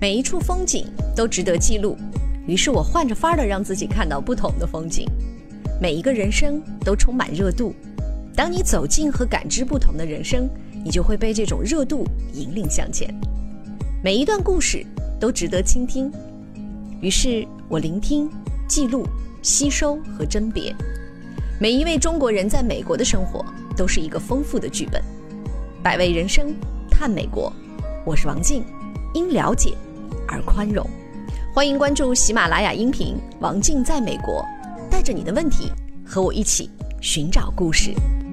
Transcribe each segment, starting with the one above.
每一处风景都值得记录，于是我换着法儿的让自己看到不同的风景。每一个人生都充满热度，当你走进和感知不同的人生，你就会被这种热度引领向前。每一段故事都值得倾听，于是我聆听、记录、吸收和甄别。每一位中国人在美国的生活都是一个丰富的剧本。百味人生，探美国，我是王静，因了解而宽容。欢迎关注喜马拉雅音频王静在美国，带着你的问题和我一起寻找故事。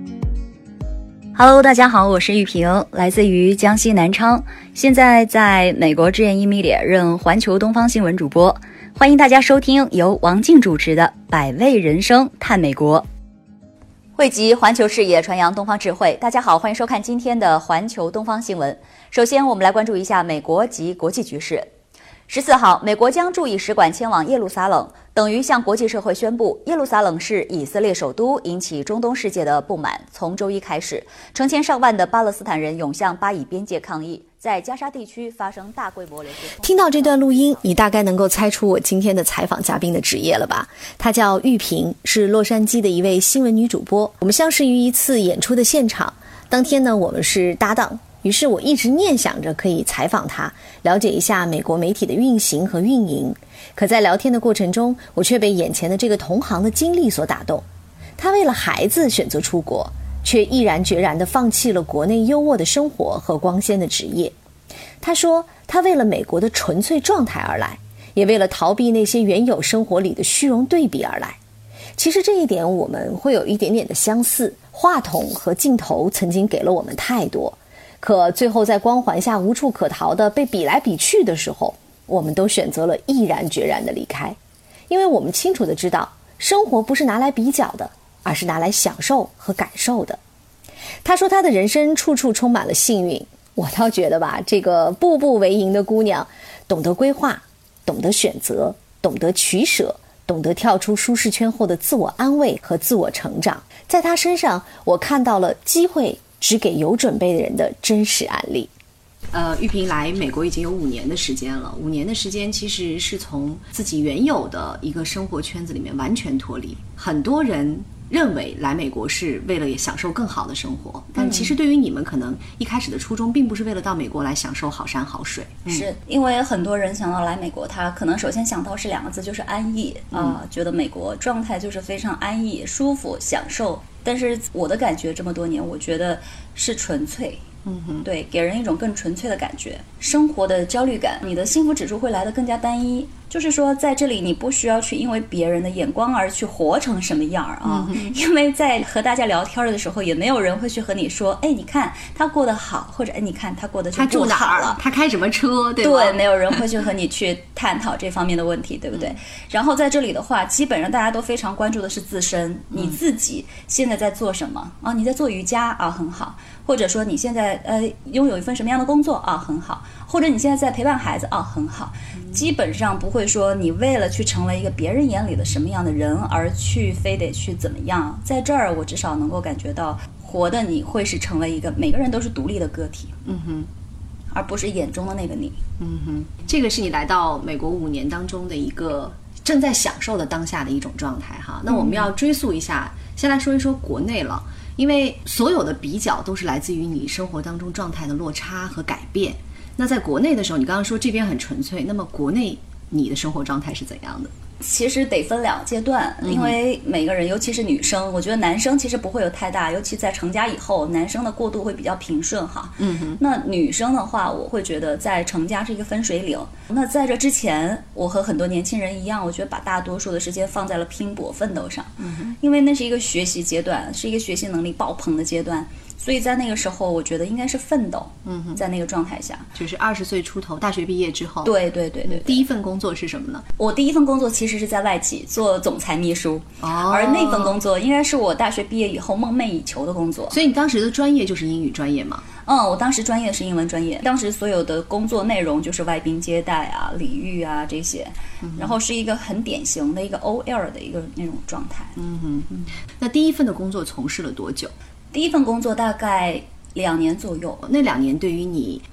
Hello， 大家好，我是玉萍，来自于江西南昌，现在在美国之言E-Media任环球东方新闻主播。欢迎大家收听由王静主持的百味人生探美国，汇集环球视野，传扬东方智慧。大家好，欢迎收看今天的环球东方新闻。首先我们来关注一下美国及国际局势。14号，美国将驻以使馆迁往耶路撒冷，等于向国际社会宣布耶路撒冷是以色列首都，引起中东世界的不满。从周一开始，成千上万的巴勒斯坦人涌向巴以边界抗议，在加沙地区发生大规模流血。 听到这段录音，你大概能够猜出我今天的采访嘉宾的职业了吧？她叫玉萍，是洛杉矶的一位新闻女主播。我们相识于一次演出的现场，当天呢，我们是搭档。于是我一直念想着可以采访他，了解一下美国媒体的运行和运营。可在聊天的过程中，我却被眼前的这个同行的经历所打动。他为了孩子选择出国，却毅然决然地放弃了国内优渥的生活和光鲜的职业。他说，他为了美国的纯粹状态而来，也为了逃避那些原有生活里的虚荣对比而来。其实这一点我们会有一点点的相似，话筒和镜头曾经给了我们太多，可最后在光环下无处可逃的被比来比去的时候，我们都选择了毅然决然的离开。因为我们清楚的知道，生活不是拿来比较的，而是拿来享受和感受的。他说他的人生处处充满了幸运，我倒觉得吧，这个步步为营的姑娘懂得规划，懂得选择，懂得取舍，懂得跳出舒适圈后的自我安慰和自我成长。在她身上，我看到了机会只给有准备的人的真实案例。玉萍来美国已经有5年的时间了，5年的时间其实是从自己原有的一个生活圈子里面完全脱离。很多人认为来美国是为了享受更好的生活，但其实对于你们可能一开始的初衷并不是为了到美国来享受好山好水。 是因为很多人想到来美国，他可能首先想到是2个字，就是安逸觉得美国状态就是非常安逸、舒服、享受。但是我的感觉这么多年，我觉得是纯粹。对，给人一种更纯粹的感觉。生活的焦虑感，你的幸福指数会来得更加单一。就是说，在这里你不需要去因为别人的眼光而去活成什么样啊。因为在和大家聊天的时候，也没有人会去和你说，哎，你看他过得好，或者哎，你看他过得就不好了， 他住哪儿，他开什么车，对吧？ 对，没有人会去和你去探讨这方面的问题，对不对？然后在这里的话，基本上大家都非常关注的是自身，你自己现在在做什么啊？你在做瑜伽啊，很好。或者说你现在拥有一份什么样的工作啊，很好。或者你现在在陪伴孩子啊，很好。基本上不会说你为了去成为一个别人眼里的什么样的人而去非得去怎么样。在这儿我至少能够感觉到，活的你会是成为一个每个人都是独立的个体，而不是眼中的那个你。 这个是你来到美国5年当中的一个正在享受的当下的一种状态哈。那我们要追溯一下，先来说一说国内了。因为所有的比较都是来自于你生活当中状态的落差和改变。那在国内的时候，你刚刚说这边很纯粹，那么国内你的生活状态是怎样的？ 其实得分2个阶段，因为每个人，尤其是女生，我觉得男生其实不会有太大，尤其在成家以后，男生的过渡会比较平顺哈。那女生的话，我会觉得在成家是一个分水岭。那在这之前，我和很多年轻人一样，我觉得把大多数的时间放在了拼搏奋斗上，因为那是一个学习阶段，是一个学习能力爆棚的阶段。所以在那个时候，我觉得应该是奋斗。在那个状态下， 就是20岁出头，大学毕业之后。 对。 第一份工作是什么呢？ 我第一份工作其实是在外企做总裁秘书，而那份工作应该是我大学毕业以后梦寐以求的工作。 所以你当时的专业就是英语专业吗？ 我当时专业是英文专业，当时所有的工作内容就是外宾接待啊、礼遇啊这些，然后是一个很典型的一个 OL 的一个那种状态。 那第一份的工作从事了多久？ 第一份工作大概2年左右。 那2年对于你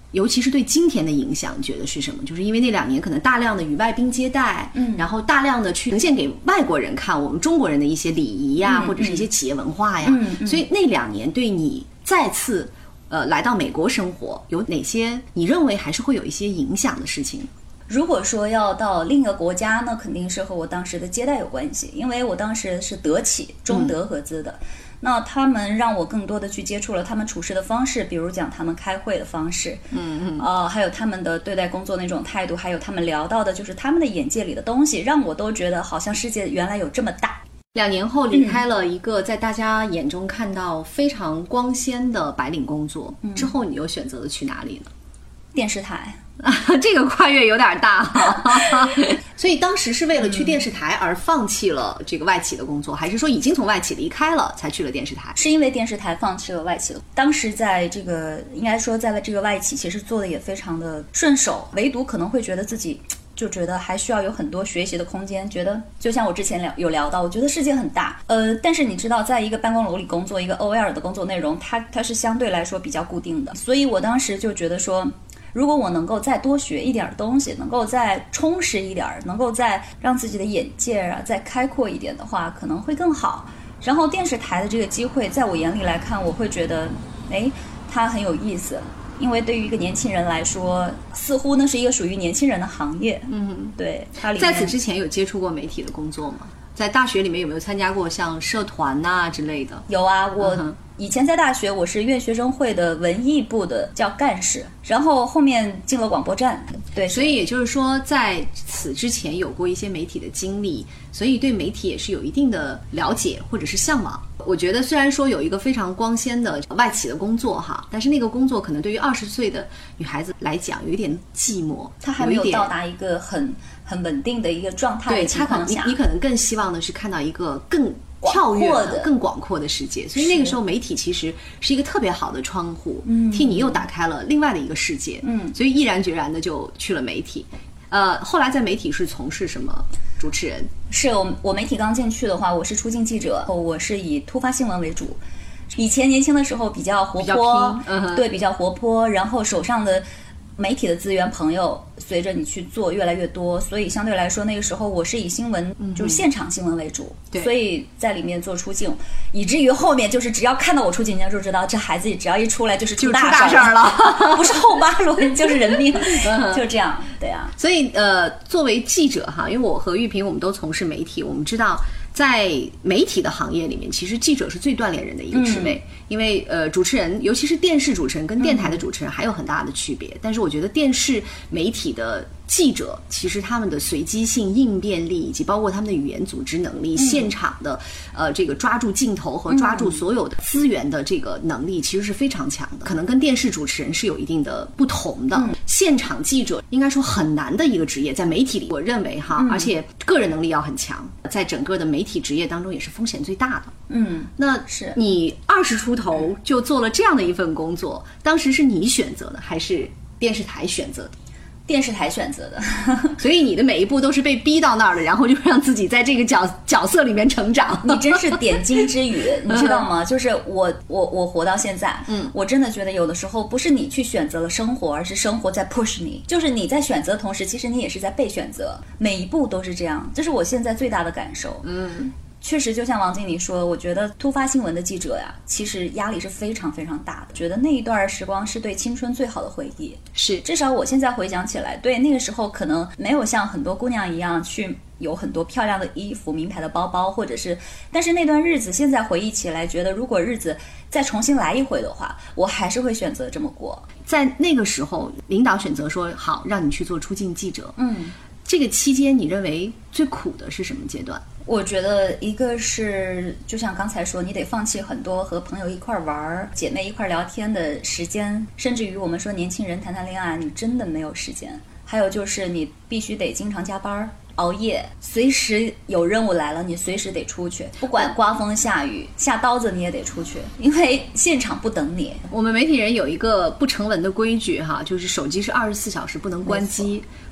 尤其是对今天的影响，你觉得是什么？就是因为那2年可能大量的与外宾接待，然后大量的去呈现给外国人看我们中国人的一些礼仪呀，或者是一些企业文化呀，所以那2年对你再次来到美国生活，有哪些你认为还是会有一些影响的事情？ 如果说要到另一个国家呢，肯定是和我当时的接待有关系，因为我当时是德企，中德合资的。那他们让我更多的去接触了他们处事的方式，比如讲他们开会的方式，还有他们的对待工作那种态度，还有他们聊到的就是他们的眼界里的东西，让我都觉得好像世界原来有这么大。 2年后离开了一个在大家眼中看到非常光鲜的白领工作，之后你又选择了去哪里呢？ 电视台。 这个跨越有点大所以当时是为了去电视台而放弃了这个外企的工作，还是说已经从外企离开了才去了电视台？ 是因为电视台放弃了外企的。当时在这个应该说在这个外企其实做的也非常的顺手，唯独可能会觉得自己就觉得还需要有很多学习的空间，觉得就像我之前有聊到，我觉得世界很大，但是你知道在一个办公楼里工作，一个 OL 的工作内容它是相对来说比较固定的，所以我当时就觉得说如果我能够再多学一点东西，能够再充实一点，能够再让自己的眼界啊再开阔一点的话，可能会更好。然后电视台的这个机会在我眼里来看，我会觉得它很有意思，因为对于一个年轻人来说，似乎那是一个属于年轻人的行业。对。它里面在此之前有接触过媒体的工作吗？在大学里面有没有参加过像社团啊之类的？ 有啊，我以前在大学我是院学生会的文艺部的叫干事，然后后面进了广播站。对， 所以也就是说在此之前有过一些媒体的经历，所以对媒体也是有一定的了解或者是向往。我觉得虽然说有一个非常光鲜的外企的工作哈，但是那个工作可能对于20岁的女孩子来讲有一点寂寞， 她还没有到达一个很稳定的一个状态的情况下， 你可能更希望的是看到一个更跳跃的更广阔的世界，所以那个时候媒体其实是一个特别好的窗户，替你又打开了另外的一个世界，所以毅然决然的就去了媒体。后来在媒体是从事什么？主持人？ 是我媒体刚进去的话，我是出镜记者，我是以突发新闻为主。以前年轻的时候比较活泼，对，比较活泼，然后手上的媒体的资源朋友随着你去做越来越多，所以相对来说那个时候我是以新闻就是现场新闻为主，所以在里面做出镜，以至于后面就是只要看到我出镜，人家就知道这孩子只要一出来就是出大事了不是后8轮就是人命就这样。对啊， 所以作为记者哈，因为我和玉萍我们都从事媒体，我们知道在媒体的行业里面，其实记者是最锻炼人的一个职位，因为主持人，尤其是电视主持人跟电台的主持人还有很大的区别。但是我觉得电视媒体的记者，其实他们的随机性、应变力，以及包括他们的语言组织能力、现场的这个抓住镜头和抓住所有的资源的这个能力，其实是非常强的。可能跟电视主持人是有一定的不同的。现场记者应该说很难的一个职业，在媒体里，我认为哈，而且个人能力要很强，在整个的媒体职业当中也是风险最大的。那是你20出头就做了这样的一份工作，当时是你选择的还是电视台选择的？ 电视台选择的所以你的每一步都是被逼到那儿的，然后就让自己在这个角色里面成长。 你真是点睛之语你知道吗？就是我活到现在，我真的觉得有的时候不是你去选择了生活，而是生活在 push 你，就是你在选择的同时，其实你也是在被选择，每一步都是这样，这是我现在最大的感受。确实就像王经理说，我觉得突发新闻的记者呀，其实压力是非常非常大的，觉得那一段时光是对青春最好的回忆。 是， 至少我现在回想起来，对那个时候可能没有像很多姑娘一样去有很多漂亮的衣服、名牌的包包，或者是，但是那段日子现在回忆起来，觉得如果日子再重新来一回的话，我还是会选择这么过。 在那个时候，领导选择说好让你去做出镜记者，这个期间你认为最苦的是什么阶段？ 我觉得一个是就像刚才说，你得放弃很多和朋友一块玩、姐妹一块聊天的时间，甚至于我们说年轻人谈恋爱，你真的没有时间。还有就是你必须得经常加班熬夜，随时有任务来了你随时得出去，不管刮风下雨下刀子你也得出去，因为现场不等你。 我们媒体人有一个不成文的规矩哈，就是手机是24小时不能关机，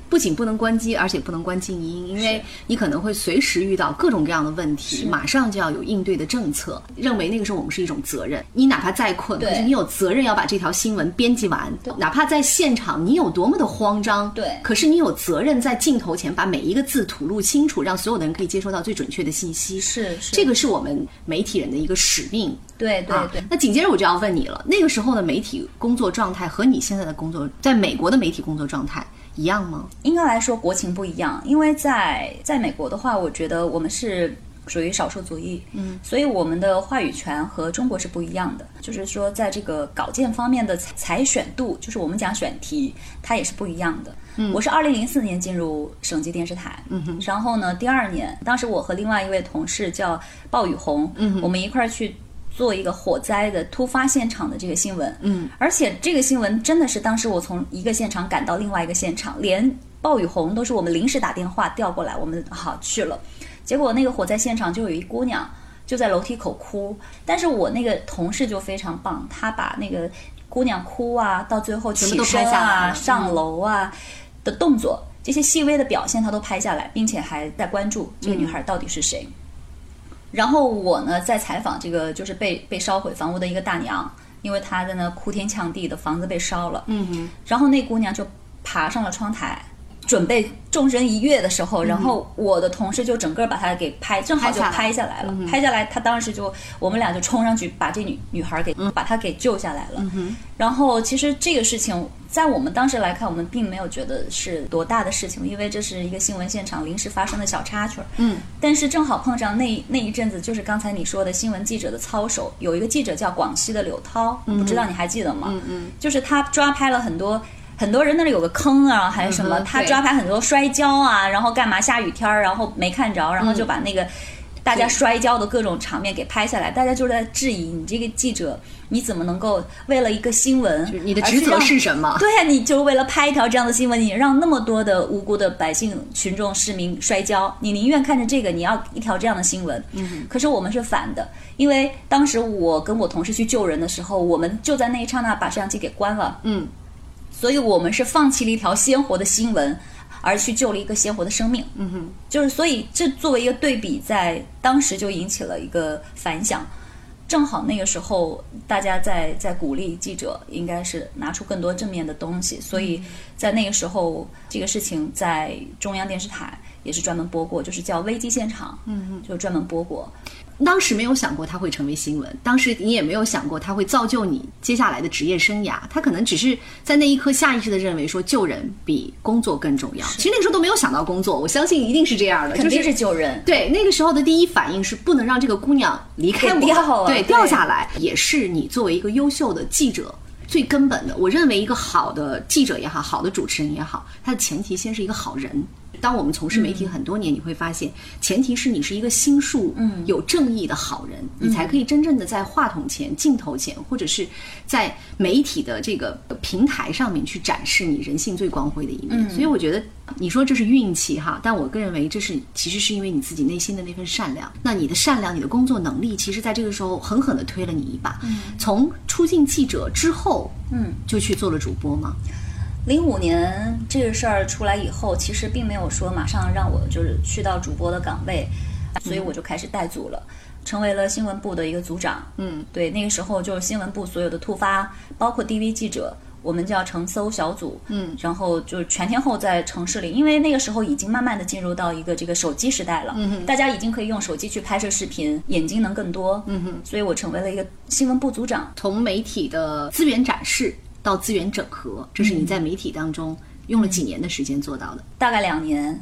不仅不能关机，而且不能关静音，因为你可能会随时遇到各种各样的问题，马上就要有应对的政策。认为那个时候我们是一种责任，你哪怕再困，可是你有责任要把这条新闻编辑完。哪怕在现场你有多么的慌张， 对， 可是你有责任在镜头前把每一个字吐露清楚，让所有的人可以接收到最准确的信息。 是， 这个是我们媒体人的一个使命。 对。 那紧接着我就要问你了，那个时候的媒体工作状态和你现在的工作，在美国的媒体工作状态一样吗？ 应该来说国情不一样，因为在美国的话，我觉得我们是属于少数族裔，所以我们的话语权和中国是不一样的。就是说，在这个稿件方面的采选度，就是我们讲选题，它也是不一样的。我是2004年进入省级电视台，然后呢，第2年，当时我和另外一位同事叫鲍宇红，我们一块儿去做一个火灾的突发现场的这个新闻，而且这个新闻真的是当时我从一个现场赶到另外一个现场，连鲍宇红都是我们临时打电话调过来，我们好去了。结果那个火灾现场就有一姑娘就在楼梯口哭，但是我那个同事就非常棒，他把那个姑娘哭啊，到最后起身啊、上楼啊的动作，这些细微的表现他都拍下来，并且还在关注这个女孩到底是谁。然后我呢，在采访这个就是被烧毁房屋的一个大娘，因为她在那哭天抢地的，房子被烧了。然后那姑娘就爬上了窗台，准备纵身一跃的时候，然后我的同事就整个把她给正好就拍下来了。拍下来，她当时就我们俩就冲上去把这女孩把她给救下来了。然后其实这个事情在我们当时来看，我们并没有觉得是多大的事情，因为这是一个新闻现场临时发生的小插曲。但是正好碰上那一阵子，就是刚才你说的新闻记者的操守，有一个记者叫广西的柳涛，不知道你还记得吗？就是他抓拍了很多人那里有个坑啊，还是什么，他抓拍很多摔跤啊，然后干嘛下雨天然后没看着，然后就把那个大家摔跤的各种场面给拍下来，大家就在质疑你这个记者，你怎么能够为了一个新闻， 你的职责是什么？ 对啊，你就为了拍一条这样的新闻，你让那么多的无辜的百姓、群众、市民摔跤，你宁愿看着这个，你要一条这样的新闻。可是我们是反的，因为当时我跟我同事去救人的时候，我们就在那一刹那把摄像机给关了。所以我们是放弃了一条鲜活的新闻，而去救了一个鲜活的生命。就是所以这作为一个对比，在当时就引起了一个反响。正好那个时候大家在鼓励记者应该是拿出更多正面的东西，所以在那个时候这个事情在中央电视台也是专门播过，就是叫危机现场，就专门播过。 当时没有想过它会成为新闻，当时你也没有想过它会造就你接下来的职业生涯，它可能只是在那一刻下意识的认为说救人比工作更重要。其实那个时候都没有想到工作，我相信一定是这样的， 肯定是救人。 对，那个时候的第一反应是不能让这个姑娘离开我，对，掉下来，也是你作为一个优秀的记者最根本的。我认为一个好的记者也好，好的主持人也好，他的前提先是一个好人。当我们从事媒体很多年，你会发现前提是你是一个心术有正义的好人，你才可以真正的在话筒前、镜头前，或者是在媒体的这个平台上面去展示你人性最光辉的一面。所以我觉得你说这是运气哈，但我个人认为这是其实是因为你自己内心的那份善良。那你的善良，你的工作能力，其实在这个时候狠狠地推了你一把。从出镜记者之后，就去做了主播吗 ？05年这个事儿出来以后，其实并没有说马上让我就是去到主播的岗位，所以我就开始带组了，成为了新闻部的一个组长。对，那个时候就是新闻部所有的突发，包括 DV 记者，我们叫成搜小组。然后就是全天候在城市里，因为那个时候已经慢慢的进入到一个这个手机时代了，大家已经可以用手机去拍摄视频，眼睛能更多。所以我成为了一个新闻部组长， 从媒体的资源展示到资源整合，这是你在媒体当中用了几年的时间做到的？ 大概2年。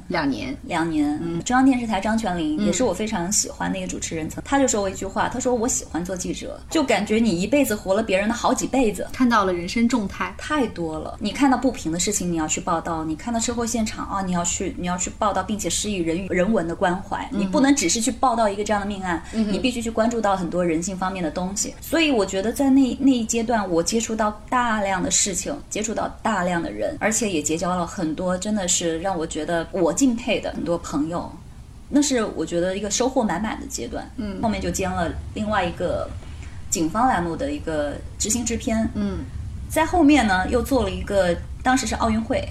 2年。 中央电视台张泉灵也是我非常喜欢那个主持人，他就说过一句话，他说我喜欢做记者，就感觉你一辈子活了别人的好几辈子， 看到了人生重态太多了。你看到不平的事情你要去报道，你看到车祸现场啊，你要去报道，并且施以人文的关怀，你不能只是去报道一个这样的命案，你必须去关注到很多人性方面的东西。所以我觉得在那一阶段，我接触到大量的事情，接触到大量的人，而且也结交了很多真的是让我觉得我敬佩的很多朋友，那是我觉得一个收获满满的阶段。后面就兼了另外一个警方栏目的一个执行制片。在后面呢又做了一个，当时是奥运会，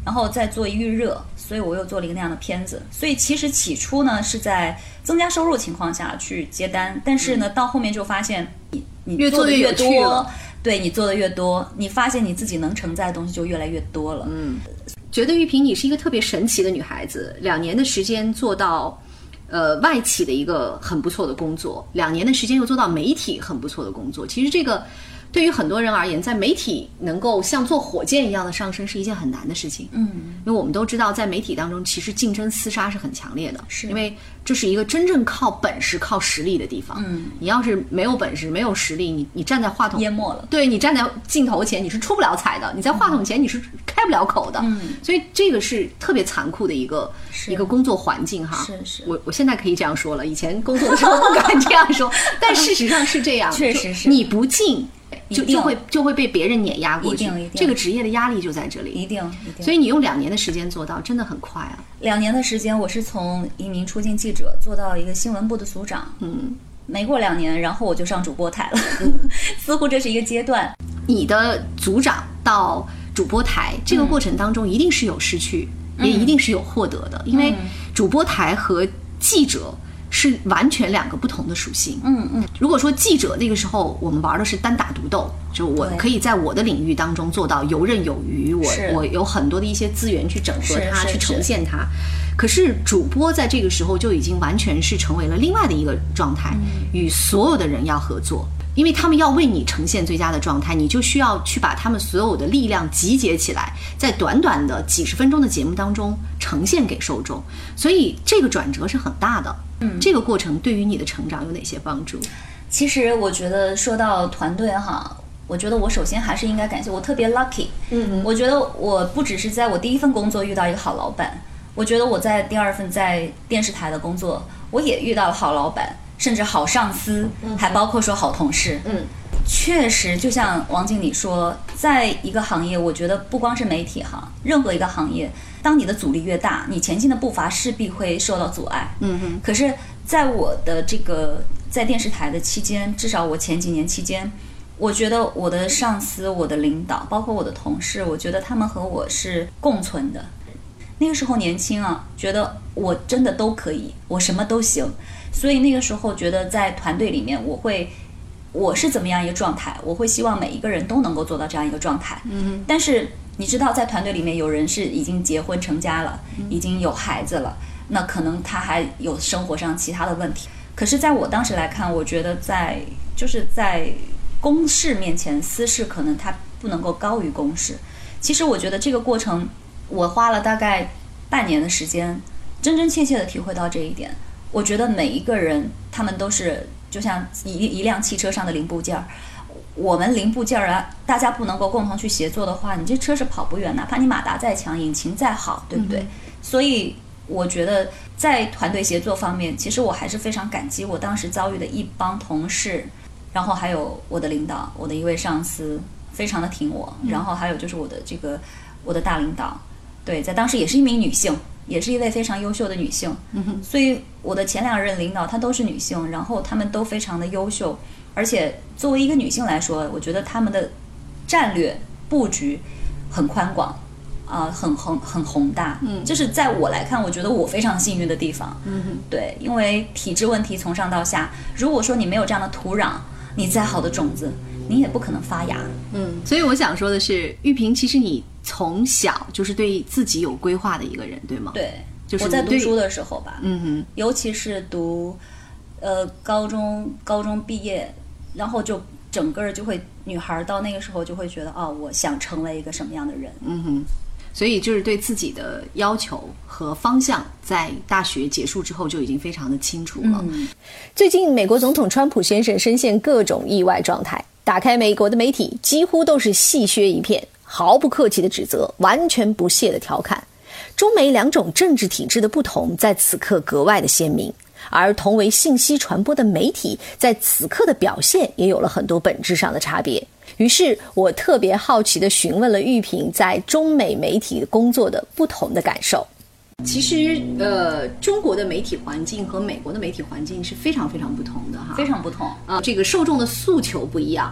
然后再做预热，所以我又做了一个那样的片子。所以其实起初呢是在增加收入情况下去接单，但是呢到后面就发现你越做越多， 对，你做的越多，你发现你自己能承载的东西就越来越多了。 觉得玉萍你是一个特别神奇的女孩子，2年的时间做到外企的一个很不错的工作，2年的时间又做到媒体很不错的工作。其实这个对于很多人而言，在媒体能够像坐火箭一样的上升是一件很难的事情。因为我们都知道在媒体当中其实竞争厮杀是很强烈的，是因为这是一个真正靠本事靠实力的地方。你要是没有本事没有实力，你站在话筒淹没了， 对，你站在镜头前你是出不了彩的，你在话筒前你是开不了口的。所以这个是特别残酷的一个工作环境哈。 是我现在可以这样说了，以前工作的时候不敢这样说，但事实上是这样， 确实是你不进就会被别人碾压过去， 一定这个职业的压力就在这里， 一定。 所以你用2年的时间做到，真的很快啊 ！2年的时间，我是从一名出境记者做到一个新闻部的组长。没过2年，然后我就上主播台了。似乎这是一个阶段。 你的组长到主播台这个过程当中，一定是有失去，也一定是有获得的，因为主播台和记者是完全2个不同的属性。如果说记者那个时候我们玩的是单打独斗，就我可以在我的领域当中做到游刃有余，我有很多的一些资源去整合它，去呈现它。可是主播在这个时候就已经完全是成为了另外的一个状态，与所有的人要合作，因为他们要为你呈现最佳的状态，你就需要去把他们所有的力量集结起来，在短短的几十分钟的节目当中呈现给受众。所以这个转折是很大的。这个过程对于你的成长有哪些帮助？ 其实我觉得说到团队哈，我觉得我首先还是应该感谢我特别 lucky。我觉得我不只是在我第一份工作遇到一个好老板，我觉得我在第2份在电视台的工作，我也遇到了好老板，甚至好上司，还包括说好同事。确实就像王经理说，在一个行业，我觉得不光是媒体哈，任何一个行业，当你的阻力越大，你前进的步伐势必会受到阻碍。可是在我的这个在电视台的期间，至少我前几年期间，我觉得我的上司、我的领导，包括我的同事，我觉得他们和我是共存的。那个时候年轻啊，觉得我真的都可以，我什么都行，所以那个时候觉得在团队里面，我是怎么样一个状态，我会希望每一个人都能够做到这样一个状态。但是你知道在团队里面有人是已经结婚成家了，已经有孩子了，那可能他还有生活上其他的问题。可是在我当时来看，我觉得在公事面前，私事可能它不能够高于公事。其实我觉得这个过程我花了大概半年的时间，真真切切的体会到这一点。我觉得每一个人他们都是就像一辆汽车上的零部件，我们零部件啊，大家不能够共同去协作的话，你这车是跑不远，哪怕你马达再强，引擎再好，对不对？所以我觉得在团队协作方面，其实我还是非常感激我当时遭遇的一帮同事，然后还有我的领导，我的一位上司非常的挺我，然后还有就是我的大领导，对，在当时也是一名女性，也是一位非常优秀的女性。所以我的前2任领导她都是女性，然后她们都非常的优秀，而且作为一个女性来说，我觉得她们的战略布局很宽广很宏大。这是在我来看，我觉得我非常幸运的地方。对，因为体制问题从上到下，如果说你没有这样的土壤，你再好的种子你也不可能发芽。 所以我想说的是，玉萍其实你从小就是对自己有规划的一个人，对吗？ 对， 就是我在读书的时候吧，尤其是读高中毕业，然后就整个就会女孩到那个时候就会觉得我想成为一个什么样的人。 所以就是对自己的要求和方向在大学结束之后就已经非常的清楚了。最近美国总统川普先生深陷各种意外状态，打开美国的媒体几乎都是戏谑一片，毫不客气的指责，完全不屑的调侃。中美2种政治体制的不同在此刻格外的鲜明，而同为信息传播的媒体在此刻的表现也有了很多本质上的差别。于是我特别好奇地询问了玉萍在中美媒体工作的不同的感受。其实中国的媒体环境和美国的媒体环境是非常非常不同的哈， 非常不同。 这个受众的诉求不一样，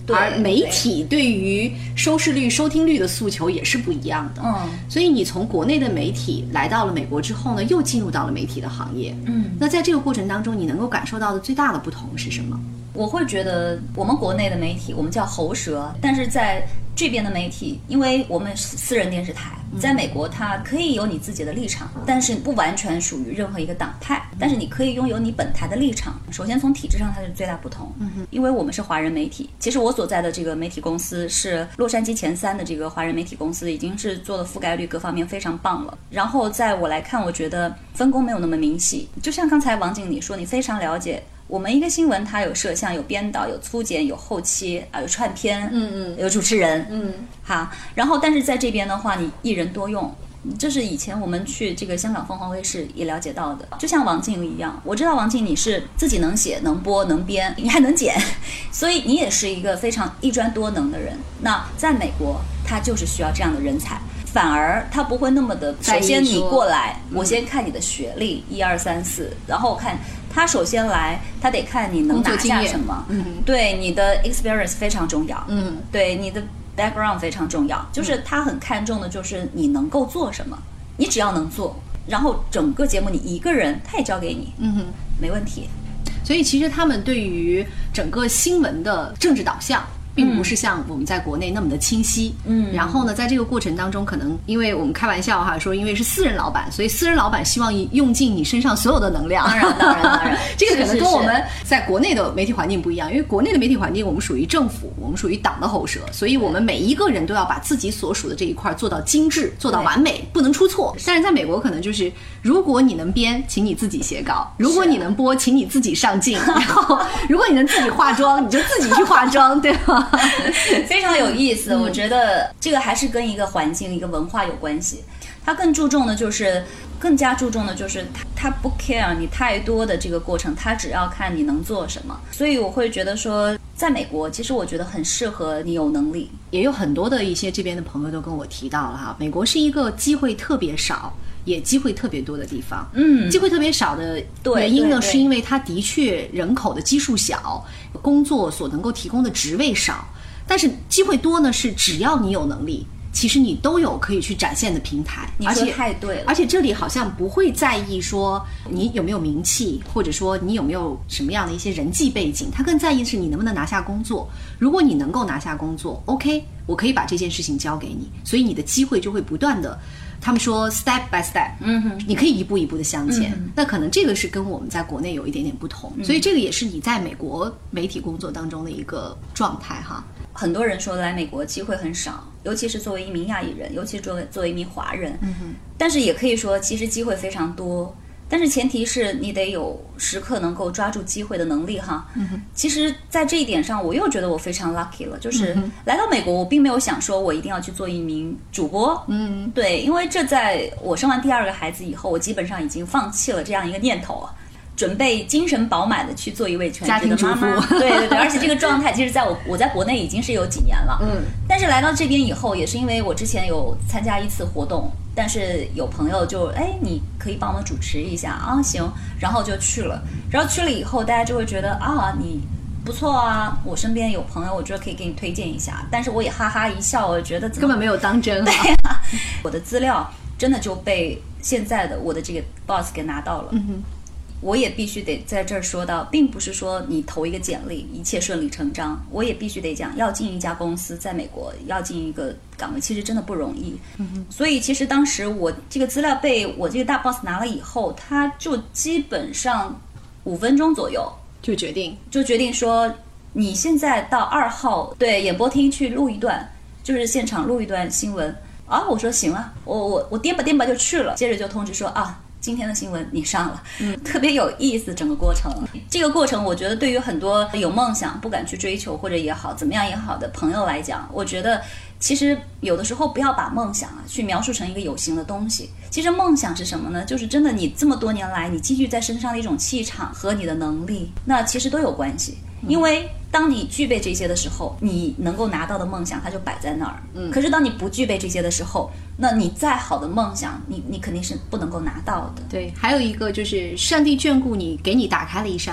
而媒体对于收视率、收听率的诉求也是不一样的。所以你从国内的媒体来到了美国之后呢，又进入到了媒体的行业。那在这个过程当中，你能够感受到的最大的不同是什么？ 我会觉得我们国内的媒体我们叫喉舌，但是在这边的媒体，因为我们私人电视台，在美国它可以有你自己的立场，但是不完全属于任何一个党派，但是你可以拥有你本台的立场。首先从体制上它是最大不同，因为我们是华人媒体。其实我所在的这个媒体公司是洛杉矶前3的这个华人媒体公司，已经是做的覆盖率各方面非常棒了。然后在我来看，我觉得分工没有那么明细，就像刚才王经理说，你非常了解我们一个新闻，它有摄像、有编导、有粗剪、有后期有串片，有主持人，好。然后，但是在这边的话，你一人多用，这是以前我们去这个香港凤凰卫视也了解到的。就像王静一样，我知道王静你是自己能写、能播、能编，你还能剪，所以你也是一个非常一专多能的人。那在美国，他就是需要这样的人才。反而他不会那么的，首先你过来，我先看你的学历1、2、3、4，然后看他首先来，他得看你能拿下什么。对，你的 experience 非常重要。对，你的 background 非常重要，就是他很看重的就是你能够做什么，你只要能做，然后整个节目你一个人他也交给你，没问题。 所以其实他们对于整个新闻的政治导向并不是像我们在国内那么的清晰。然后呢，在这个过程当中，可能因为我们开玩笑哈，说因为是私人老板，所以私人老板希望用尽你身上所有的能量。 当然， 这个可能跟我们在国内的媒体环境不一样，因为国内的媒体环境我们属于政府，我们属于党的喉舌，所以我们每一个人都要把自己所属的这一块做到精致，做到完美，不能出错。但是在美国可能就是，如果你能编，请你自己写稿；如果你能播，请你自己上镜；然后如果你能自己化妆，你就自己去化妆，对吗？ 非常有意思。我觉得这个还是跟一个环境、一个文化有关系。他更注重的就是更加注重的就是他不 care 你太多的这个过程，他只要看你能做什么。所以我会觉得说，在美国其实我觉得很适合你有能力。 也有很多的一些这边的朋友都跟我提到了哈，美国是一个机会特别少也机会特别多的地方。机会特别少的原因呢，是因为它的确人口的基数小，工作所能够提供的职位少。但是机会多呢，是只要你有能力，其实你都有可以去展现的平台。 你说太对了。 而且这里好像不会在意说你有没有名气，或者说你有没有什么样的一些人际背景，他更在意的是你能不能拿下工作。如果你能够拿下工作 OK， 我可以把这件事情交给你，所以你的机会就会不断的，他们说 step by step， 你可以一步一步的向前。那可能这个是跟我们在国内有一点点不同，所以这个也是你在美国媒体工作当中的一个状态哈。 很多人说来美国机会很少，尤其是作为一名亚裔人，尤其是作为一名华人。但是也可以说其实机会非常多，但是前提是你得有时刻能够抓住机会的能力哈。其实在这一点上我又觉得我非常 lucky 了，就是来到美国我并没有想说我一定要去做一名主播。对，因为这在我生完第2个孩子以后，我基本上已经放弃了这样一个念头啊，准备精神饱满的去做一位全职的妈妈。对，而且这个状态其实在我在国内已经是有几年了。但是来到这边以后，也是因为我之前有参加一次活动，但是有朋友就你可以帮我们主持一下啊，行，然后就去了。然后去了以后，大家就会觉得啊，你不错啊，我身边有朋友，我觉得可以给你推荐一下。但是我也哈哈一笑，我觉得根本没有当真。 对啊，我的资料真的就被现在的我的这个 boss 给拿到了。我也必须得在这儿说到，并不是说你投一个简历一切顺理成章，我也必须得讲，要进一家公司，在美国要进一个岗位，其实真的不容易。所以其实当时我这个资料被我这个大 boss 拿了以后，他就基本上5分钟左右就决定说，你现在到2号对演播厅去录一段，就是现场录一段新闻啊。我说行啊，我颠吧就去了，接着就通知说啊，今天的新闻你上了。特别有意思整个过程。这个过程我觉得对于很多有梦想不敢去追求或者也好怎么样也好的朋友来讲，我觉得其实有的时候不要把梦想去描述成一个有形的东西。其实梦想是什么呢？就是真的你这么多年来你积聚在身上的一种气场和你的能力，那其实都有关系。因为当你具备这些的时候，你能够拿到的梦想它就摆在那儿。可是当你不具备这些的时候，那你再好的梦想你肯定是不能够拿到的。 对，还有一个就是上帝眷顾你，给你打开了一扇门，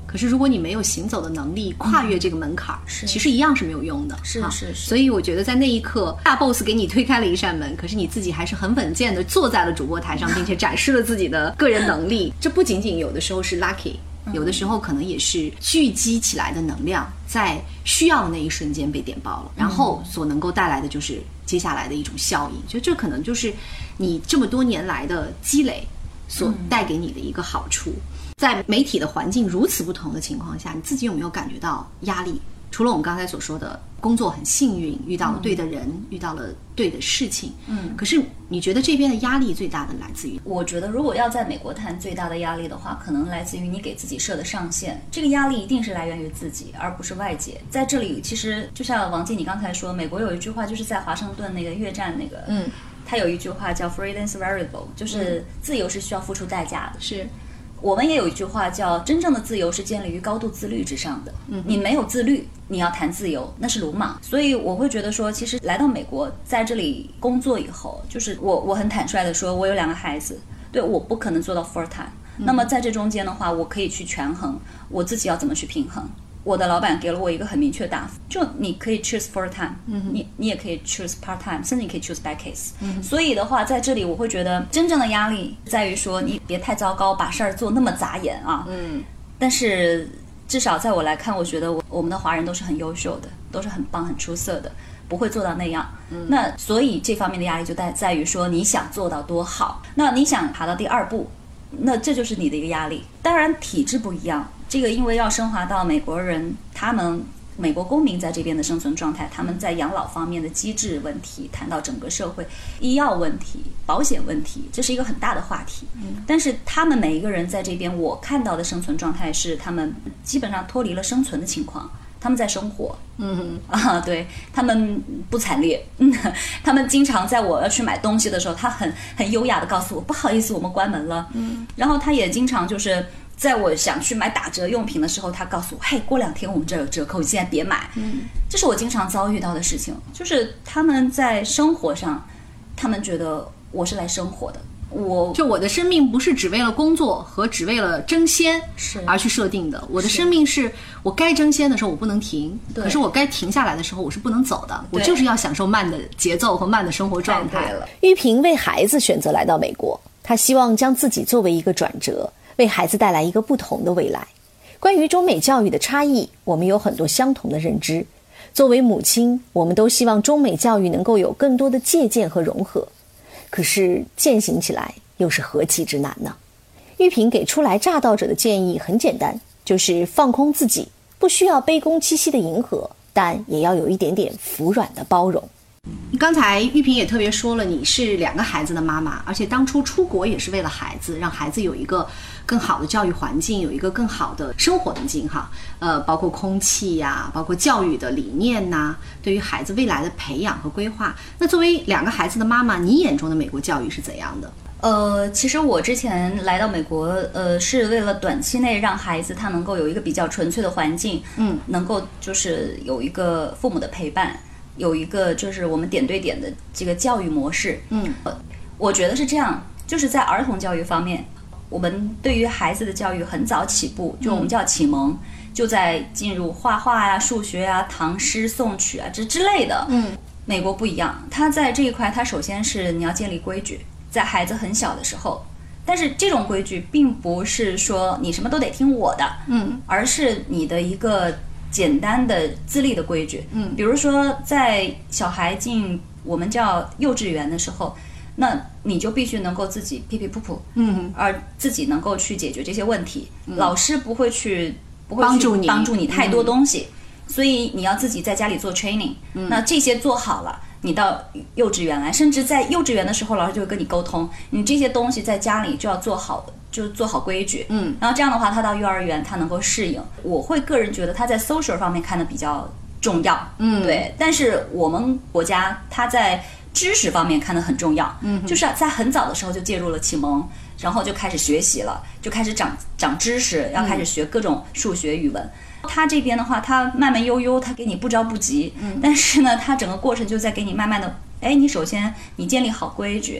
可是如果你没有行走的能力，跨越这个门槛，其实一样是没有用的。 是。 所以我觉得在那一刻，大 boss 给你推开了一扇门，可是你自己还是很稳健的坐在了主播台上，并且展示了自己的个人能力。这不仅仅有的时候是 lucky，有的时候可能也是聚集起来的能量，在需要的那一瞬间被点爆了，然后所能够带来的就是接下来的一种效应。就这可能就是你这么多年来的积累所带给你的一个好处。在媒体的环境如此不同的情况下，你自己有没有感觉到压力？除了我们刚才所说的工作很幸运，遇到了对的人，遇到了对的事情，可是你觉得这边的压力最大的来自于？ 我觉得如果要在美国谈最大的压力的话，可能来自于你给自己设的上限。这个压力一定是来源于自己，而不是外界。在这里，其实就像王静你刚才说，美国有一句话，就是在华盛顿那个越战那个，他有一句话叫 freedom is variable， 就是自由是需要付出代价的。 是。 我们也有一句话叫真正的自由是建立于高度自律之上的。你没有自律，你要谈自由那是鲁莽。所以我会觉得说，其实来到美国在这里工作以后，就是我很坦率的说，我有2个孩子，对，我不可能做到 full time。那么在这中间的话，我可以去权衡我自己要怎么去平衡。我的老板给了我一个很明确的答复，就你可以 choose full time，你也可以 choose part time， 甚至你可以 choose back case。所以的话，在这里我会觉得真正的压力在于说，你别太糟糕，把事儿做那么砸眼啊。但是至少在我来看，我觉得我们的华人都是很优秀的，都是很棒、很出色的，不会做到那样。那所以这方面的压力就在于说，你想做到多好，那你想爬到第2步，那这就是你的一个压力。当然体制不一样。这个因为要升华到美国人，他们美国公民在这边的生存状态，他们在养老方面的机制问题，谈到整个社会医药问题、保险问题，这是一个很大的话题。但是他们每一个人在这边，我看到的生存状态是他们基本上脱离了生存的情况，他们在生活。对，他们不惨烈。他们经常在我要去买东西的时候，他很优雅的告诉我，不好意思，我们关门了。然后他也经常就是在我想去买打折用品的时候，他告诉我，嘿，过2天我们这有折扣，你现在别买。这是我经常遭遇到的事情，就是他们在生活上，他们觉得我是来生活的，我的生命不是只为了工作和只为了争先而去设定的，我的生命是我该争先的时候我不能停，可是我该停下来的时候我是不能走的，我就是要享受慢的节奏和慢的生活状态。玉萍为孩子选择来到美国，她希望将自己作为一个转折，为孩子带来一个不同的未来。关于中美教育的差异，我们有很多相同的认知。作为母亲，我们都希望中美教育能够有更多的借鉴和融合，可是践行起来又是何其之难呢？玉萍给初来乍到者的建议很简单，就是放空自己，不需要卑躬屈膝的迎合，但也要有一点点服软的包容。刚才玉萍也特别说了，你是2个孩子的妈妈，而且当初出国也是为了孩子，让孩子有一个更好的教育环境，有一个更好的生活环境哈。包括空气呀，包括教育的理念呐，对于孩子未来的培养和规划。那作为2个孩子的妈妈，你眼中的美国教育是怎样的？ 其实我之前来到美国，是为了短期内让孩子他能够有一个比较纯粹的环境，能够就是有一个父母的陪伴，有一个就是我们点对点的这个教育模式。我觉得是这样，就是在儿童教育方面，我们对于孩子的教育很早起步，就我们叫启蒙，就在进入画画呀、数学呀、唐诗宋曲啊这之类的。美国不一样，它在这一块，它首先是你要建立规矩，在孩子很小的时候。但是这种规矩并不是说你什么都得听我的，而是你的一个简单的自立的规矩。比如说在小孩进我们叫幼稚园的时候，那你就必须能够自己屁屁噗噗，而自己能够去解决这些问题。老师不会去帮助你太多东西，所以你要自己在家里做 training。那这些做好了，你到幼稚园来，甚至在幼稚园的时候，老师就会跟你沟通，你这些东西在家里就要做好，就做好规矩。然后这样的话，他到幼儿园他能够适应。我会个人觉得他在 social 方面看的比较重要，对。但是我们国家他在知识方面看得很重要，就是在很早的时候就介入了启蒙，然后就开始学习了，就开始长知识，要开始学各种数学、语文。他这边的话，他慢慢悠悠，他给你不着不急，但是呢，他整个过程就在给你慢慢的，你首先你建立好规矩，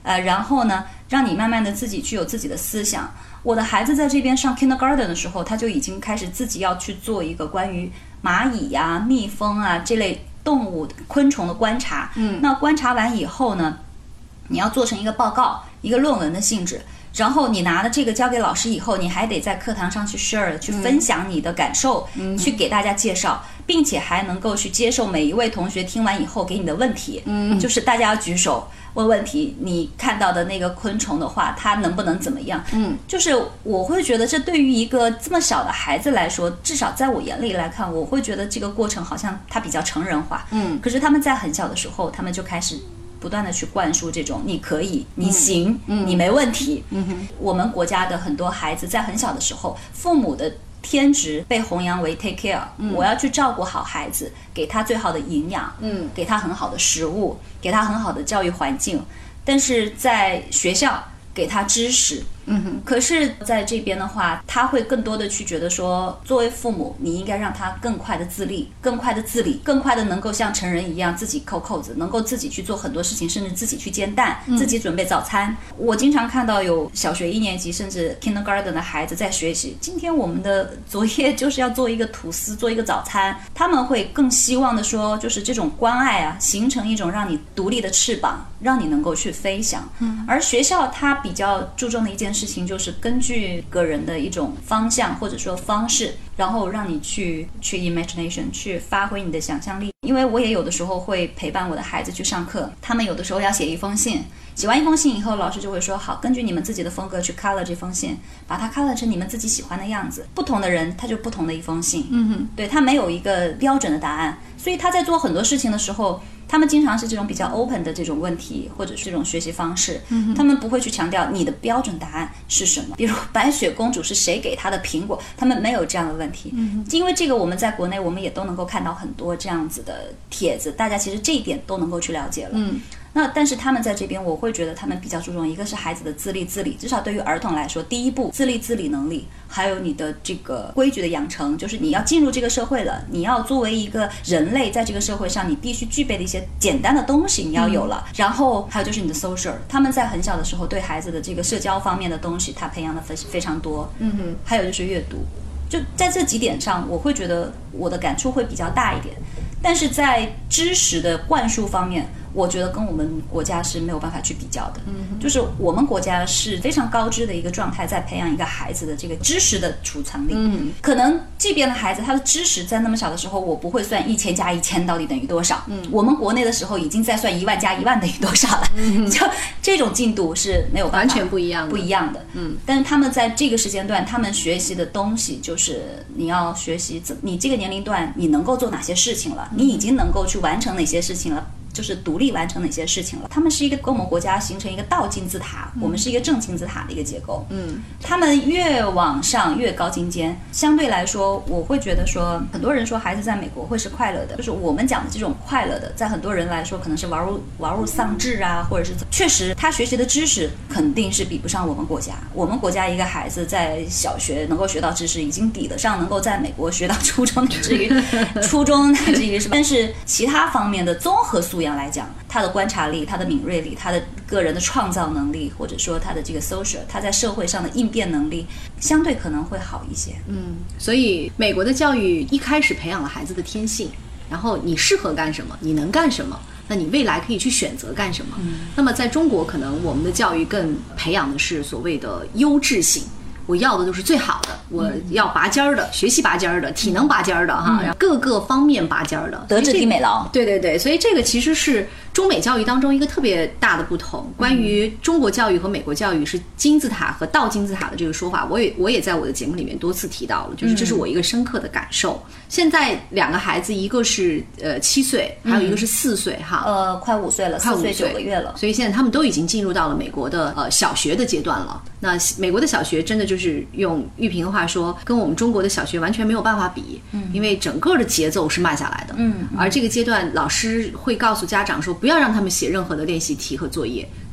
然后呢，让你慢慢的自己具有自己的思想。我的孩子在这边上 kindergarten 的时候，他就已经开始自己要去做一个关于蚂蚁呀、蜜蜂啊这类动物、昆虫的观察。那观察完以后呢，你要做成一个报告，一个论文的性质。然后你拿了这个交给老师以后，你还得在课堂上去 share， 去分享你的感受，去给大家介绍，并且还能够去接受每一位同学听完以后给你的问题。就是大家要举手问问题，你看到的那个昆虫的话，它能不能怎么样？就是我会觉得这对于一个这么小的孩子来说，至少在我眼里来看，我会觉得这个过程好像它比较成人化。可是他们在很小的时候，他们就开始不断的去灌输这种你可以，你行，你没问题。我们国家的很多孩子在很小的时候，父母的天职被弘扬为 take care，我要去照顾好孩子，给他最好的营养，给他很好的食物，给他很好的教育环境。但是在学校给他知识，可是在这边的话，他会更多的去觉得说，作为父母，你应该让他更快的自立，更快的自理，更快的能够像成人一样自己扣扣子，能够自己去做很多事情，甚至自己去煎蛋，自己准备早餐。我经常看到有小学1年级甚至 kindergarten 的孩子在学习，今天我们的作业就是要做一个吐司，做一个早餐。他们会更希望的说，就是这种关爱啊，形成一种让你独立的翅膀，让你能够去飞翔。而学校它比较注重的一件事情，就是根据个人的一种方向或者说方式，然后让你去 imagination， 去发挥你的想象力。因为我也有的时候会陪伴我的孩子去上课，他们有的时候要写一封信，写完一封信以后，老师就会说，好，根据你们自己的风格去 color 这封信，把它 color 成你们自己喜欢的样子。不同的人他就不同的一封信，对，他没有一个标准的答案，所以他在做很多事情的时候，他们经常是这种比较 open 的这种问题，或者是这种学习方式，他们不会去强调你的标准答案是什么。比如白雪公主是谁给她的苹果，他们没有这样的问题。因为这个我们在国内我们也都能够看到很多这样子的帖子，大家其实这一点都能够去了解了。那但是他们在这边，我会觉得他们比较注重一个是孩子的自立，至少对于儿童来说，第一步自理能力，还有你的这个规矩的养成，就是你要进入这个社会了，你要作为一个人类在这个社会上你必须具备的一些简单的东西你要有了。然后还有就是你的 social， 他们在很小的时候对孩子的这个社交方面的东西他培养的非常多。还有就是阅读，就在这几点上我会觉得我的感触会比较大一点。但是在知识的灌输方面，我觉得跟我们国家是没有办法去比较的。就是我们国家是非常高知的一个状态，在培养一个孩子的这个知识的储藏力。可能这边的孩子他的知识在那么小的时候，我不会算1000加1000到底等于多少。我们国内的时候已经在算10000加10000等于多少了。就这种进度是没有办法， 完全不一样的。 但是他们在这个时间段，他们学习的东西就是你要学习你这个年龄段你能够做哪些事情了，你已经能够去完成哪些事情了，就是独立完成哪些事情了。他们是一个跟我们国家形成一个倒金字塔，我们是一个正金字塔的一个结构。他们越往上越高精尖，相对来说我会觉得说，很多人说孩子在美国会是快乐的，就是我们讲的这种快乐的，在很多人来说可能是玩物丧志啊，或者是确实他学习的知识肯定是比不上我们国家。我们国家一个孩子在小学能够学到知识，已经抵得上能够在美国学到初中，乃至于但是其他方面的综合素养来讲，他的观察力，他的敏锐力，他的个人的创造能力，或者说他的这个 social， 他在社会上的应变能力相对可能会好一些。 所以美国的教育一开始培养了孩子的天性，然后你适合干什么，你能干什么，那你未来可以去选择干什么。那么在中国可能我们的教育更培养的是所谓的优质性，我要的都是最好的，我要拔尖儿的，学习拔尖儿的，体能拔尖儿的哈，然后各个方面拔尖儿的， 德智体美劳。 对，所以这个其实是中美教育当中一个特别大的不同。关于中国教育和美国教育是金字塔和倒金字塔的这个说法，我也在我的节目里面多次提到了，就是这是我一个深刻的感受。现在2个孩子，一个是7岁，还有一个是4岁哈， 快5岁了，4岁9个月了。 所以现在他们都已经进入到了美国的小学的阶段了。那美国的小学真的就是用玉萍的话说，跟我们中国的小学完全没有办法比，因为整个的节奏是慢下来的。而这个阶段，老师会告诉家长说，不要让他们写任何的练习题和作业，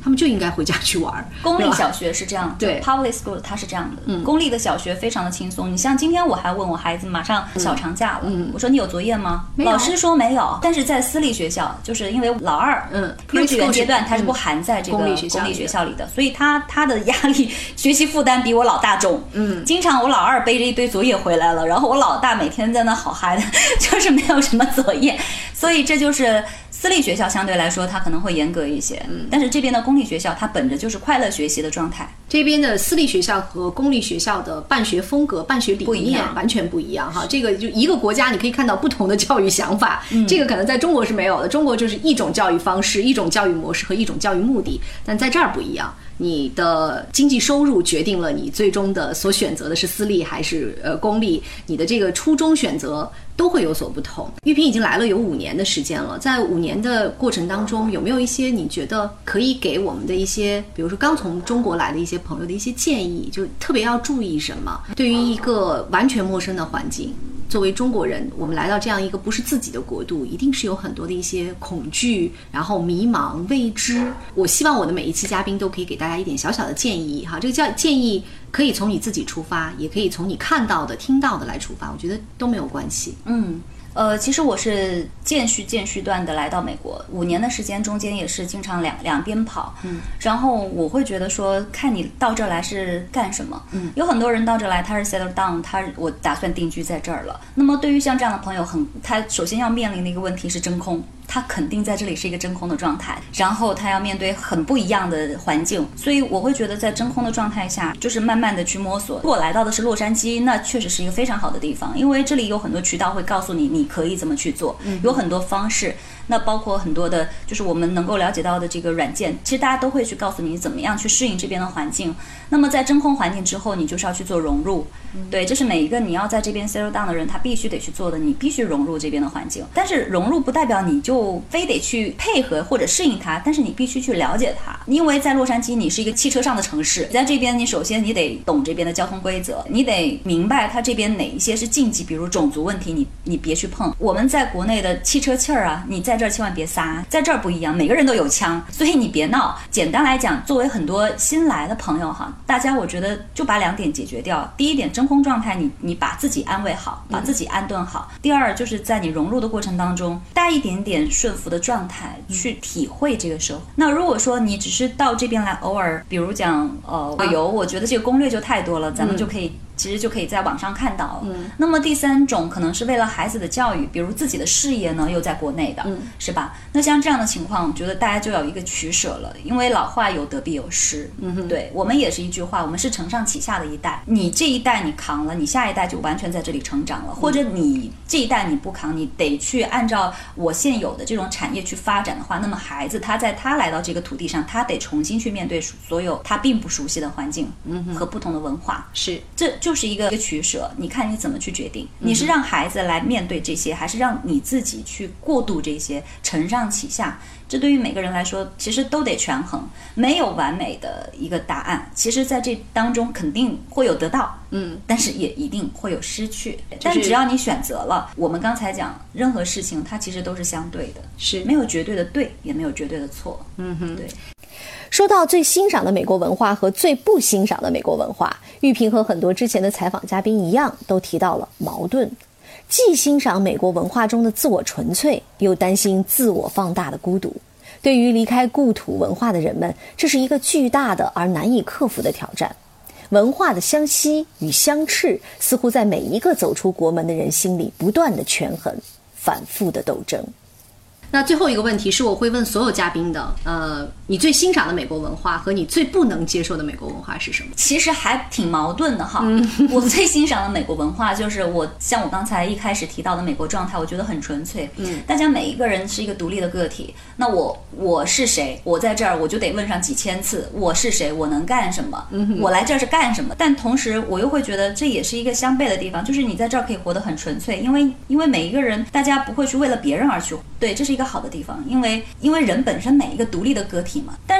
他们就应该回家去玩。 公立小学是这样的， 对 ，public school 它是这样的，公立的小学非常的轻松。你像今天我还问我孩子，马上小长假了，我说你有作业吗？老师说没有，但是在私立学校，就是因为老二，幼稚园阶段它是不含在这个公立学校里的，所以他的压力、学习负担比我老大重。经常我老二背着一堆作业回来了，然后我老大每天在那好嗨的，就是没有什么作业，所以这就是私立学校相对来说它可能会严格一些，但是这边的公立学校它本着就是快乐学习的状态。 这边的私立学校和公立学校的办学风格、办学理念完全不一样哈。这个就一个国家你可以看到不同的教育想法，这个可能在中国是没有的。中国就是一种教育方式、一种教育模式和一种教育目的，但在这儿不一样。你的经济收入决定了你最终的所选择的是私立还是公立，你的这个初衷选择都会有所不同。玉萍已经来了有5年的时间了，在5年的过程当中，有没有一些你觉得可以给我们的一些，比如说刚从中国来的一些朋友的一些建议，就特别要注意什么？对于一个完全陌生的环境，作为中国人，我们来到这样一个不是自己的国度，一定是有很多的一些恐惧，然后迷茫、未知。我希望我的每一期嘉宾都可以给大家一点小小的建议哈，这个建议可以从你自己出发，也可以从你看到的、听到的来出发，我觉得都没有关系。 其实我是间续断的来到美国5年的时间，中间也是经常两边跑，然后我会觉得说，看你到这儿来是干什么，有很多人到这儿来他是 settle down， 我打算定居在这儿了。那么对于像这样的朋友，他首先要面临的一个问题是真空。他肯定在这里是一个真空的状态，然后他要面对很不一样的环境，所以我会觉得在真空的状态下，就是慢慢的去摸索。如果来到的是洛杉矶，那确实是一个非常好的地方，因为这里有很多渠道会告诉你可以怎么去做，有很多方式。那包括很多的，就是我们能够了解到的这个软件，其实大家都会去告诉你怎么样去适应这边的环境。那么在真空环境之后，你就是要去做融入，对，这是每一个你要在这边 settle down 的人他必须得去做的，你必须融入这边的环境。但是融入不代表你就非得去配合或者适应它，但是你必须去了解它。因为在洛杉矶你是一个汽车上的城市，在这边你首先你得懂这边的交通规则，你得明白它这边哪一些是禁忌，比如种族问题你别去碰。我们在国内的汽车气儿啊，你在这儿千万别撒，在这儿不一样，每个人都有枪，所以你别闹。简单来讲，作为很多新来的朋友哈，大家我觉得就把2点解决掉。第一点，真空状态你把自己安慰好，把自己安顿好。第二，就是在你融入的过程当中，带一点点顺服的状态去体会这个社会。那如果说你只是到这边来偶尔，比如讲旅游，我觉得这个攻略就太多了，咱们就可以其实就可以在网上看到。那么第3种可能是为了孩子的教育，比如自己的事业呢又在国内的，是吧？那像这样的情况，我觉得大家就要有一个取舍了，因为老话有得必有失。对，我们也是一句话，我们是承上启下的一代，你这一代你扛了，你下一代就完全在这里成长了，或者你这一代你不扛，你得去按照我现有的这种产业去发展的话，那么孩子他来到这个土地上，他得重新去面对所有他并不熟悉的环境和不同的文化， 是这就是一个取舍，你看你怎么去决定，你是让孩子来面对这些，还是让你自己去过渡这些，承上启下？这对于每个人来说其实都得权衡，没有完美的一个答案，其实在这当中肯定会有得到，但是也一定会有失去，但只要你选择了，我们刚才讲任何事情它其实都是相对的， 是没有绝对的对，也没有绝对的错。对。 说到最欣赏的美国文化和最不欣赏的美国文化，玉萍和很多之前的采访嘉宾一样，都提到了矛盾。既欣赏美国文化中的自我纯粹，又担心自我放大的孤独。对于离开故土文化的人们，这是一个巨大的而难以克服的挑战。文化的相吸与相斥，似乎在每一个走出国门的人心里不断的权衡，反复的斗争。 那最后一个问题是我会问所有嘉宾的，你最欣赏的美国文化和你最不能接受的美国文化是什么？ 其实还挺矛盾的哈。我最欣赏的美国文化就是像我刚才一开始提到的美国状态，我觉得很纯粹。大家每一个人是一个独立的个体。那我是谁？我在这儿我就得问上几千次，我是谁？我能干什么？我来这儿是干什么？但同时我又会觉得这也是一个相悖的地方，就是你在这儿可以活得很纯粹，因为每一个人大家不会去为了别人而去，对，这是一个好的地方，因为人本身每一个独立的个体嘛。但是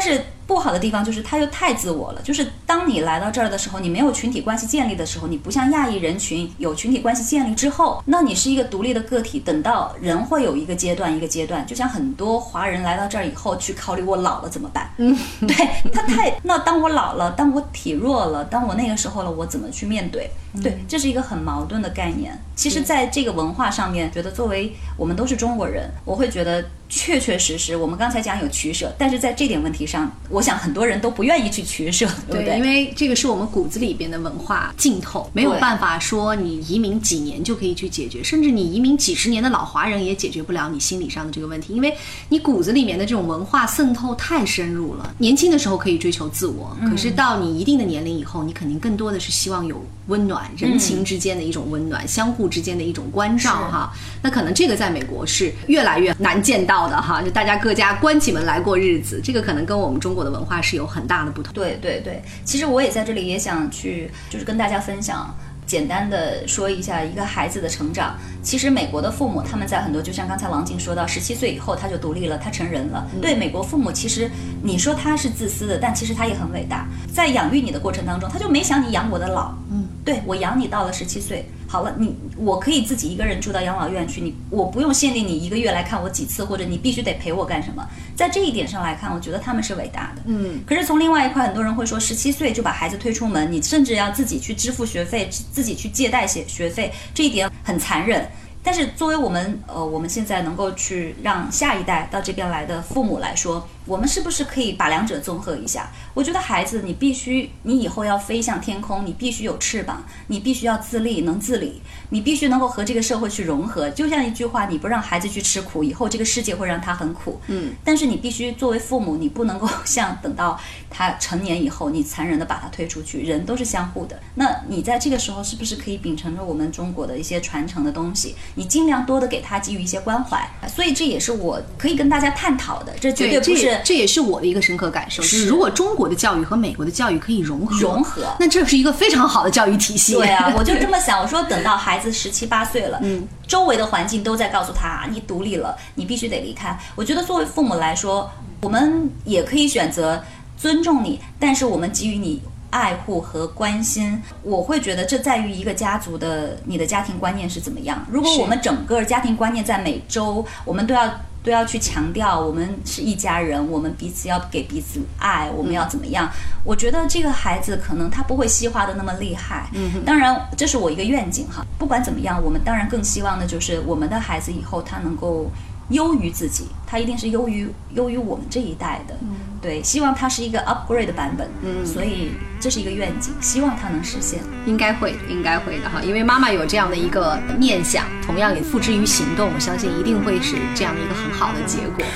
不好的地方就是它又太自我了，就是当你来到这儿的时候，你没有群体关系建立的时候，你不像亚裔人群有群体关系建立之后，那你是一个独立的个体，等到人会有一个阶段，就像很多华人来到这儿以后去考虑我老了怎么办，对，那当我老了，当我体弱了，当我那个时候了，我怎么去面对，对，这是一个很矛盾的概念。其实在这个文化上面，觉得作为我们都是中国人，我会觉得确实我们刚才讲有取舍，但是在这点问题上，我想很多人都不愿意去取舍，对不对？ 因为这个是我们骨子里边的文化浸透，没有办法说你移民几年就可以去解决，甚至你移民几十年的老华人也解决不了你心理上的这个问题，因为你骨子里面的这种文化渗透太深入了。年轻的时候可以追求自我，可是到你一定的年龄以后，你肯定更多的是希望有温暖，人情之间的一种温暖，相互之间的一种关照哈。那可能这个在美国是越来越难见到的哈，就大家各家关起门来过日子，这个可能跟我们中国的文化是有很大的不同。 对，其实我也在这里也想去就是跟大家分享，简单的说一下一个孩子的成长。其实美国的父母他们在很多，就像刚才王静说到17岁以后他就独立了，他成人了。对，美国父母其实你说他是自私的，但其实他也很伟大，在养育你的过程当中，他就没想你养我的老，对，我养你到了17岁，好了，我可以自己一个人住到养老院去，我不用限定你1个月来看我几次，或者你必须得陪我干什么。在这一点上来看，我觉得他们是伟大的。可是从另外一块，很多人会说17岁就把孩子推出门，你甚至要自己去支付学费，自己去借贷学费，这一点很残忍。但是作为我们现在能够去让下一代到这边来的父母来说，我们是不是可以把两者综合一下？我觉得孩子你以后要飞向天空，你必须有翅膀，你必须要自立，能自理，你必须能够和这个社会去融合。就像一句话，你不让孩子去吃苦，以后这个世界会让他很苦。但是你必须作为父母，你不能够像等到他成年以后，你残忍的把他推出去。人都是相互的，那你在这个时候是不是可以秉承着我们中国的一些传承的东西，你尽量多的给他给予一些关怀？所以这也是我可以跟大家探讨的，这绝对不是， 这也是我的一个深刻感受，就是如果中国的教育和美国的教育可以融合，那这是一个非常好的教育体系。 对啊，我就这么想，我说等到孩子17、18岁了，周围的环境都在告诉他，你独立了，你必须得离开。我觉得作为父母来说，我们也可以选择尊重你，但是我们给予你爱护和关心。我会觉得这在于一个家族的你的家庭观念是怎么样。如果我们整个家庭观念在每周我们都要去强调我们是一家人，我们彼此要给彼此爱，我们要怎么样，我觉得这个孩子可能他不会西化的那么厉害。当然这是我一个愿景哈。不管怎么样，我们当然更希望的就是我们的孩子以后他能够优于自己，他一定是优于我们这一代的。对，希望它是一个 upgrade 的版本。所以这是一个愿景，希望它能实现。 应该会的哈，因为妈妈有这样的一个念想，同样也付之于行动，我相信一定会是这样的一个很好的结果。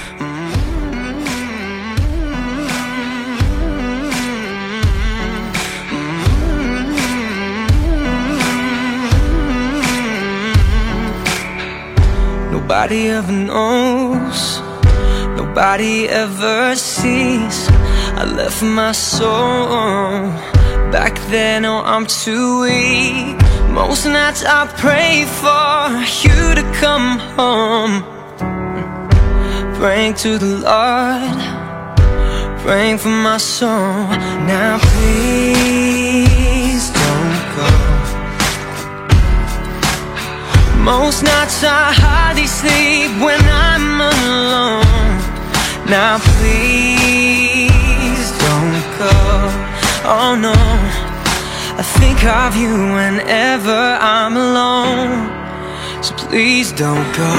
Nobody ever knows, nobody ever sees. I left my soul back then, oh I'm too weak. Most nights I pray for you to come home, praying to the Lord, praying for my soul. Now please don't go. Most nights I hardly sleep when I'm alone. Now please don't go. Oh no, I think of you whenever I'm alone. So please don't go.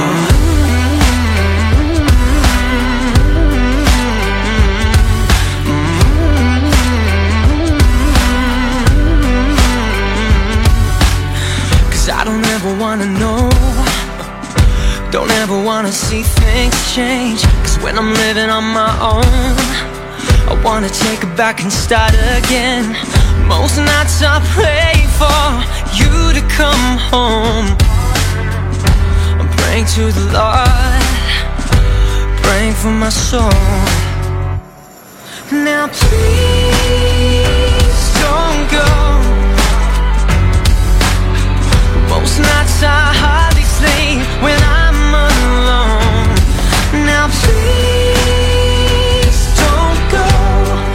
I don't ever wanna know, don't ever wanna see things change. Cause when I'm living on my own, I wanna take it back and start again. Most nights I pray for you to come home. I'm praying to the Lord, praying for my soul. Now please don't go. Most nights I hardly sleep when I'm alone. Now please don't go.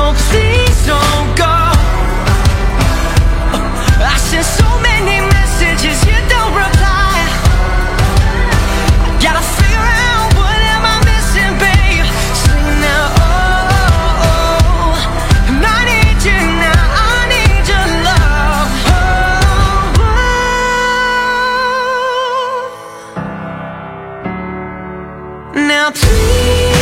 please don't go. I sent so many messages, you don't reply. I gotta figure out what am I missing, babe. Sing now, oh, and I need you now, I need your love. Now please